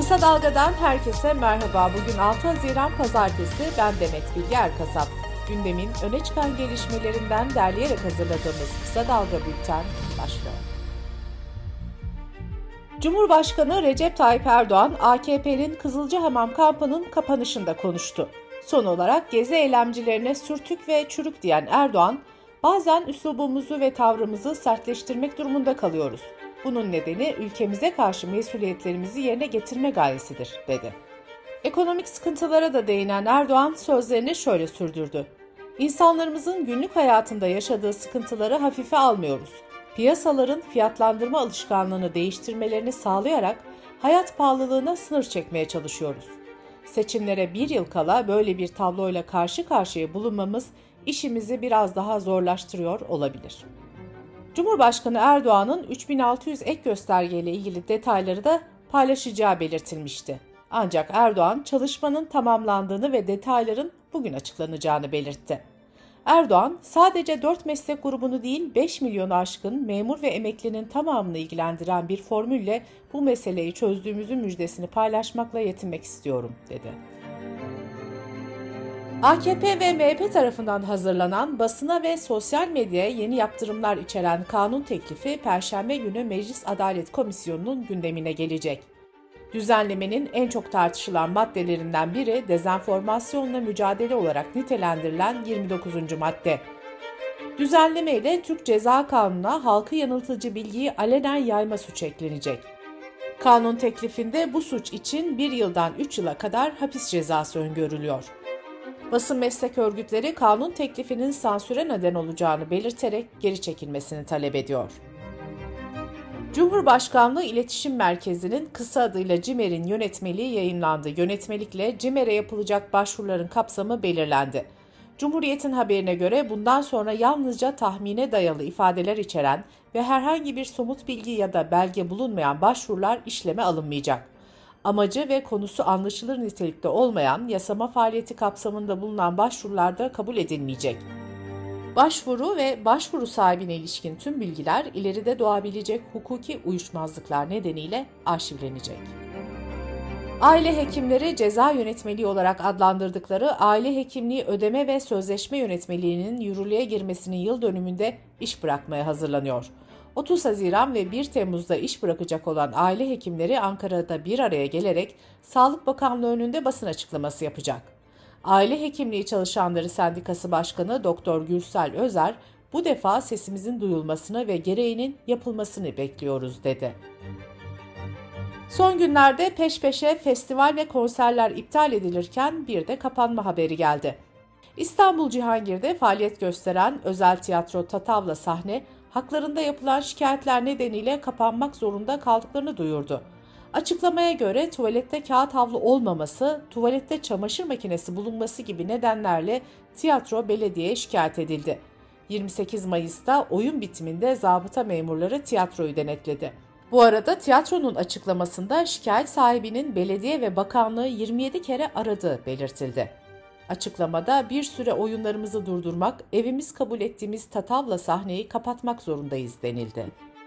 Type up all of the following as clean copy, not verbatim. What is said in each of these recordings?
Kısa Dalga'dan herkese merhaba. Bugün 6 Haziran Pazartesi, ben Demet Bilge Erkasap. Gündemin öne çıkan gelişmelerinden derleyerek hazırladığımız Kısa Dalga Bülten başlıyor. Cumhurbaşkanı Recep Tayyip Erdoğan, AKP'nin Kızılcahamam kampının kapanışında konuştu. Son olarak gezi eylemcilerine sürtük ve çürük diyen Erdoğan, bazen üslubumuzu ve tavrımızı sertleştirmek durumunda kalıyoruz. Bunun nedeni ülkemize karşı mesuliyetlerimizi yerine getirme gayesidir, dedi. Ekonomik sıkıntılara da değinen Erdoğan sözlerini şöyle sürdürdü. İnsanlarımızın günlük hayatında yaşadığı sıkıntıları hafife almıyoruz. Piyasaların fiyatlandırma alışkanlığını değiştirmelerini sağlayarak hayat pahalılığına sınır çekmeye çalışıyoruz. Seçimlere bir yıl kala böyle bir tabloyla karşı karşıya bulunmamız işimizi biraz daha zorlaştırıyor olabilir. Cumhurbaşkanı Erdoğan'ın 3600 ek göstergeyle ilgili detayları da paylaşacağı belirtilmişti. Ancak Erdoğan çalışmanın tamamlandığını ve detayların bugün açıklanacağını belirtti. Erdoğan, sadece 4 meslek grubunu değil 5 milyonu aşkın memur ve emeklinin tamamını ilgilendiren bir formülle bu meseleyi çözdüğümüzün müjdesini paylaşmakla yetinmek istiyorum, dedi. AKP ve MHP tarafından hazırlanan basına ve sosyal medyaya yeni yaptırımlar içeren kanun teklifi Perşembe günü Meclis Adalet Komisyonu'nun gündemine gelecek. Düzenlemenin en çok tartışılan maddelerinden biri dezenformasyonla mücadele olarak nitelendirilen 29. madde. Düzenleme ile Türk Ceza Kanunu'na halkı yanıltıcı bilgiyi alenen yayma suçu eklenecek. Kanun teklifinde bu suç için 1 yıldan 3 yıla kadar hapis cezası öngörülüyor. Basın meslek örgütleri kanun teklifinin sansüre neden olacağını belirterek geri çekilmesini talep ediyor. Cumhurbaşkanlığı İletişim Merkezi'nin kısa adıyla CİMER'in yönetmeliği yayımlandı. Yönetmelikle CİMER'e yapılacak başvuruların kapsamı belirlendi. Cumhuriyet'in haberine göre bundan sonra yalnızca tahmine dayalı ifadeler içeren ve herhangi bir somut bilgi ya da belge bulunmayan başvurular işleme alınmayacak. Amacı ve konusu anlaşılır nitelikte olmayan yasama faaliyeti kapsamında bulunan başvurular da kabul edilmeyecek. Başvuru ve başvuru sahibine ilişkin tüm bilgiler ileride doğabilecek hukuki uyuşmazlıklar nedeniyle arşivlenecek. Aile hekimleri ceza yönetmeliği olarak adlandırdıkları aile hekimliği ödeme ve sözleşme yönetmeliğinin yürürlüğe girmesinin yıl dönümünde iş bırakmaya hazırlanıyor. 30 Haziran ve 1 Temmuz'da iş bırakacak olan aile hekimleri Ankara'da bir araya gelerek Sağlık Bakanlığı önünde basın açıklaması yapacak. Aile Hekimliği Çalışanları Sendikası Başkanı Dr. Gürsel Özer, bu defa sesimizin duyulmasını ve gereğinin yapılmasını bekliyoruz, dedi. Son günlerde peş peşe festival ve konserler iptal edilirken bir de kapanma haberi geldi. İstanbul Cihangir'de faaliyet gösteren özel tiyatro Tatavla Sahne, haklarında yapılan şikayetler nedeniyle kapanmak zorunda kaldıklarını duyurdu. Açıklamaya göre tuvalette kağıt havlu olmaması, tuvalette çamaşır makinesi bulunması gibi nedenlerle tiyatro belediyeye şikayet edildi. 28 Mayıs'ta oyun bitiminde zabıta memurları tiyatroyu denetledi. Bu arada tiyatronun açıklamasında şikayet sahibinin belediye ve bakanlığı 27 kere aradığı belirtildi. Açıklamada bir süre oyunlarımızı durdurmak, evimiz kabul ettiğimiz Tatavla Sahneyi kapatmak zorundayız denildi.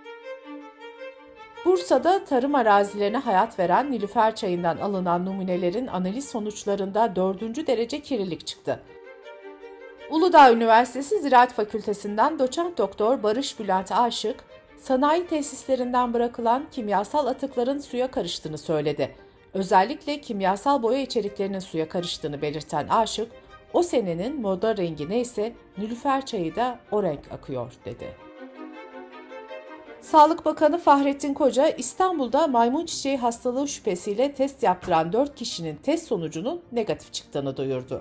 Bursa'da tarım arazilerine hayat veren Nilüfer Çayı'ndan alınan numunelerin analiz sonuçlarında 4. derece kirlilik çıktı. Uludağ Üniversitesi Ziraat Fakültesinden doçent doktor Barış Bülent Aşık, sanayi tesislerinden bırakılan kimyasal atıkların suya karıştığını söyledi. Özellikle kimyasal boya içeriklerinin suya karıştığını belirten Aşık, o senenin moda rengi neyse Nilüfer Çayı da o renk akıyor, dedi. Sağlık Bakanı Fahrettin Koca, İstanbul'da maymun çiçeği hastalığı şüphesiyle test yaptıran 4 kişinin test sonucunun negatif çıktığını duyurdu.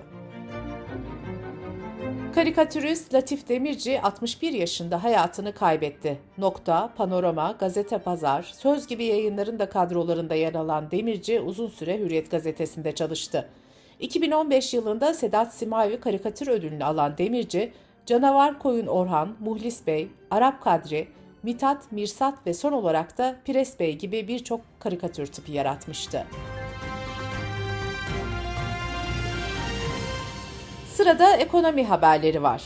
Karikatürist Latif Demirci 61 yaşında hayatını kaybetti. Nokta, Panorama, Gazete Pazar, Söz gibi yayınların da kadrolarında yer alan Demirci uzun süre Hürriyet gazetesinde çalıştı. 2015 yılında Sedat Simavi karikatür ödülünü alan Demirci, Canavar Koyun Orhan, Muhlis Bey, Arap Kadri, Mithat, Mirsat ve son olarak da Pires Bey gibi birçok karikatür tipi yaratmıştı. Sırada ekonomi haberleri var.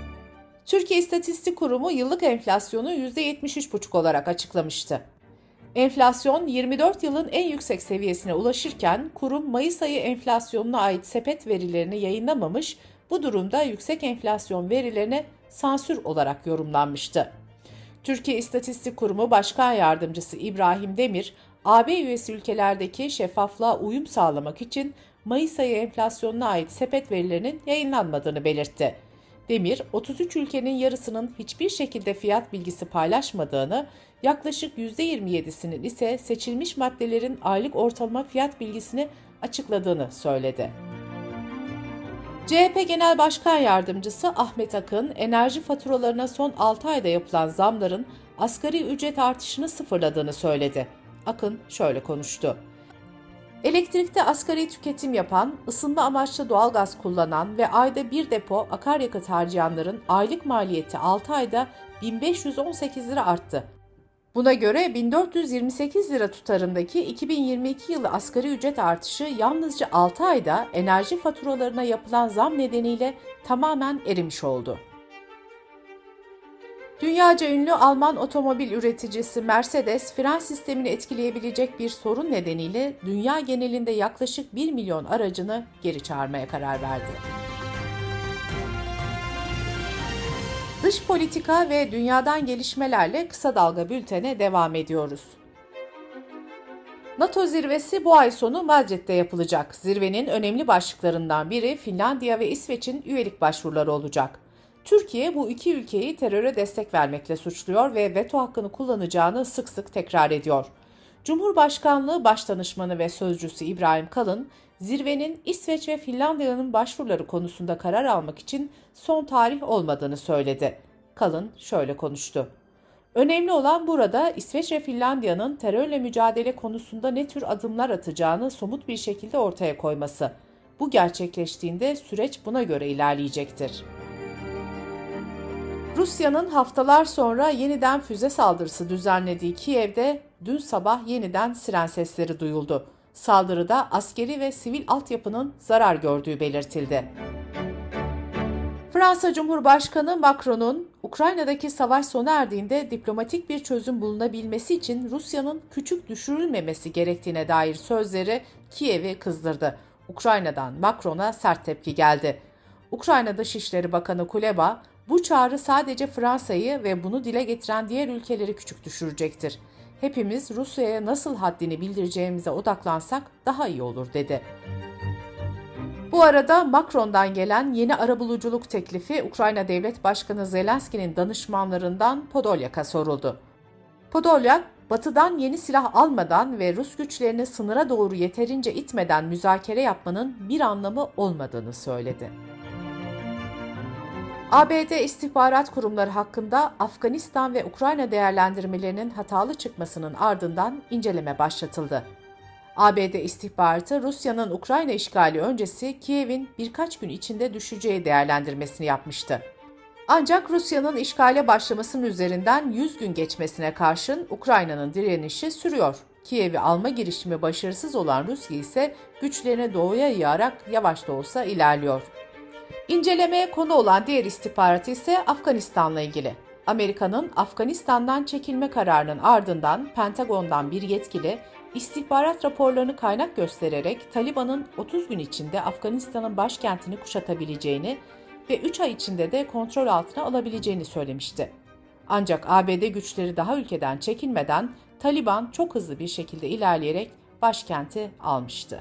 Türkiye İstatistik Kurumu yıllık enflasyonu %73,5 olarak açıklamıştı. Enflasyon 24 yılın en yüksek seviyesine ulaşırken kurum Mayıs ayı enflasyonuna ait sepet verilerini yayınlamamış, bu durumda yüksek enflasyon verilerine sansür olarak yorumlanmıştı. Türkiye İstatistik Kurumu Başkan Yardımcısı İbrahim Demir, AB üyesi ülkelerdeki şeffaflığa uyum sağlamak için Mayıs ayı enflasyonuna ait sepet verilerinin yayınlanmadığını belirtti. Demir, 33 ülkenin yarısının hiçbir şekilde fiyat bilgisi paylaşmadığını, yaklaşık %27'sinin ise seçilmiş maddelerin aylık ortalama fiyat bilgisini açıkladığını söyledi. CHP Genel Başkan Yardımcısı Ahmet Akın, enerji faturalarına son 6 ayda yapılan zamların asgari ücret artışını sıfırladığını söyledi. Akın şöyle konuştu. Elektrikte asgari tüketim yapan, ısınma amaçlı doğalgaz kullanan ve ayda bir depo akaryakıt harcayanların aylık maliyeti 6 ayda 1518 lira arttı. Buna göre 1428 lira tutarındaki 2022 yılı asgari ücret artışı yalnızca 6 ayda enerji faturalarına yapılan zam nedeniyle tamamen erimiş oldu. Dünyaca ünlü Alman otomobil üreticisi Mercedes, fren sistemini etkileyebilecek bir sorun nedeniyle dünya genelinde yaklaşık 1 milyon aracını geri çağırmaya karar verdi. Dış politika ve dünyadan gelişmelerle kısa dalga bültene devam ediyoruz. NATO zirvesi bu ay sonu Madrid'de yapılacak. Zirvenin önemli başlıklarından biri Finlandiya ve İsveç'in üyelik başvuruları olacak. Türkiye bu iki ülkeyi teröre destek vermekle suçluyor ve veto hakkını kullanacağını sık sık tekrar ediyor. Cumhurbaşkanlığı Başdanışmanı ve Sözcüsü İbrahim Kalın, zirvenin İsveç ve Finlandiya'nın başvuruları konusunda karar almak için son tarih olmadığını söyledi. Kalın şöyle konuştu. Önemli olan burada İsveç ve Finlandiya'nın terörle mücadele konusunda ne tür adımlar atacağını somut bir şekilde ortaya koyması. Bu gerçekleştiğinde süreç buna göre ilerleyecektir. Rusya'nın haftalar sonra yeniden füze saldırısı düzenlediği Kiev'de dün sabah yeniden siren sesleri duyuldu. Saldırıda askeri ve sivil altyapının zarar gördüğü belirtildi. Fransa Cumhurbaşkanı Macron'un Ukrayna'daki savaş sona erdiğinde diplomatik bir çözüm bulunabilmesi için Rusya'nın küçük düşürülmemesi gerektiğine dair sözleri Kiev'i kızdırdı. Ukrayna'dan Macron'a sert tepki geldi. Ukrayna Dışişleri Bakanı Kuleba, bu çağrı sadece Fransa'yı ve bunu dile getiren diğer ülkeleri küçük düşürecektir. Hepimiz Rusya'ya nasıl haddini bildireceğimize odaklansak daha iyi olur dedi. Bu arada Macron'dan gelen yeni arabuluculuk teklifi Ukrayna Devlet Başkanı Zelenski'nin danışmanlarından Podolyak'a soruldu. Podolyak, Batı'dan yeni silah almadan ve Rus güçlerini sınıra doğru yeterince itmeden müzakere yapmanın bir anlamı olmadığını söyledi. ABD istihbarat kurumları hakkında Afganistan ve Ukrayna değerlendirmelerinin hatalı çıkmasının ardından inceleme başlatıldı. ABD istihbaratı Rusya'nın Ukrayna işgali öncesi Kiev'in birkaç gün içinde düşeceği değerlendirmesini yapmıştı. Ancak Rusya'nın işgale başlamasının üzerinden 100 gün geçmesine karşın Ukrayna'nın direnişi sürüyor. Kiev'i alma girişimi başarısız olan Rusya ise güçlerini doğuya yığarak yavaş da olsa ilerliyor. İncelemeye konu olan diğer istihbarat ise Afganistan'la ilgili. Amerika'nın Afganistan'dan çekilme kararının ardından Pentagon'dan bir yetkili istihbarat raporlarını kaynak göstererek Taliban'ın 30 gün içinde Afganistan'ın başkentini kuşatabileceğini ve 3 ay içinde de kontrol altına alabileceğini söylemişti. Ancak ABD güçleri daha ülkeden çekilmeden Taliban çok hızlı bir şekilde ilerleyerek başkenti almıştı.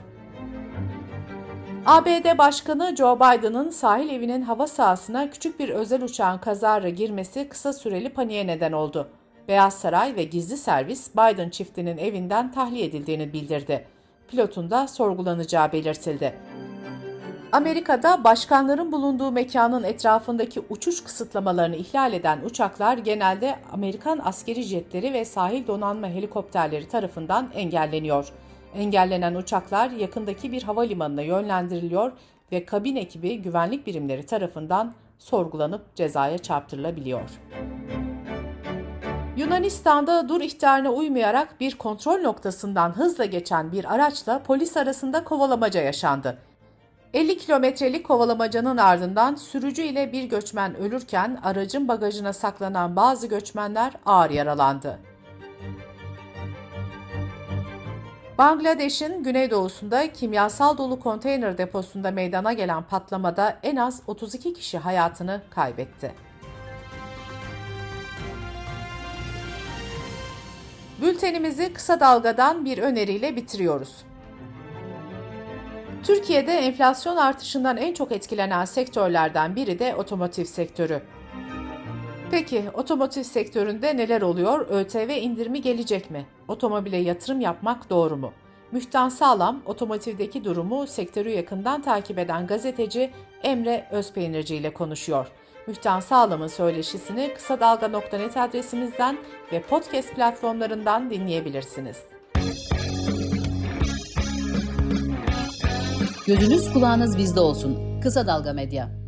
ABD Başkanı Joe Biden'ın sahil evinin hava sahasına küçük bir özel uçağın kazara girmesi kısa süreli paniğe neden oldu. Beyaz Saray ve gizli servis Biden çiftinin evinden tahliye edildiğini bildirdi. Pilotun da sorgulanacağı belirtildi. Amerika'da başkanların bulunduğu mekanın etrafındaki uçuş kısıtlamalarını ihlal eden uçaklar genelde Amerikan askeri jetleri ve sahil donanma helikopterleri tarafından engelleniyor. Engellenen uçaklar yakındaki bir havalimanına yönlendiriliyor ve kabin ekibi güvenlik birimleri tarafından sorgulanıp cezaya çarptırılabiliyor. Yunanistan'da dur ihtarına uymayarak bir kontrol noktasından hızla geçen bir araçla polis arasında kovalamaca yaşandı. 50 kilometrelik kovalamacanın ardından sürücü ile bir göçmen ölürken aracın bagajına saklanan bazı göçmenler ağır yaralandı. Bangladeş'in güneydoğusunda kimyasal dolu konteyner deposunda meydana gelen patlamada en az 32 kişi hayatını kaybetti. Bültenimizi kısa dalgadan bir öneriyle bitiriyoruz. Türkiye'de enflasyon artışından en çok etkilenen sektörlerden biri de otomotiv sektörü. Peki otomotiv sektöründe neler oluyor? ÖTV indirimi gelecek mi? Otomobile yatırım yapmak doğru mu? Mühtan Sağlam, otomotivdeki durumu sektörü yakından takip eden gazeteci Emre Özpeynirci ile konuşuyor. Mühtan Sağlam'ın söyleşisini kısa dalga.net adresimizden ve podcast platformlarından dinleyebilirsiniz. Gözünüz kulağınız bizde olsun. Kısa Dalga Medya.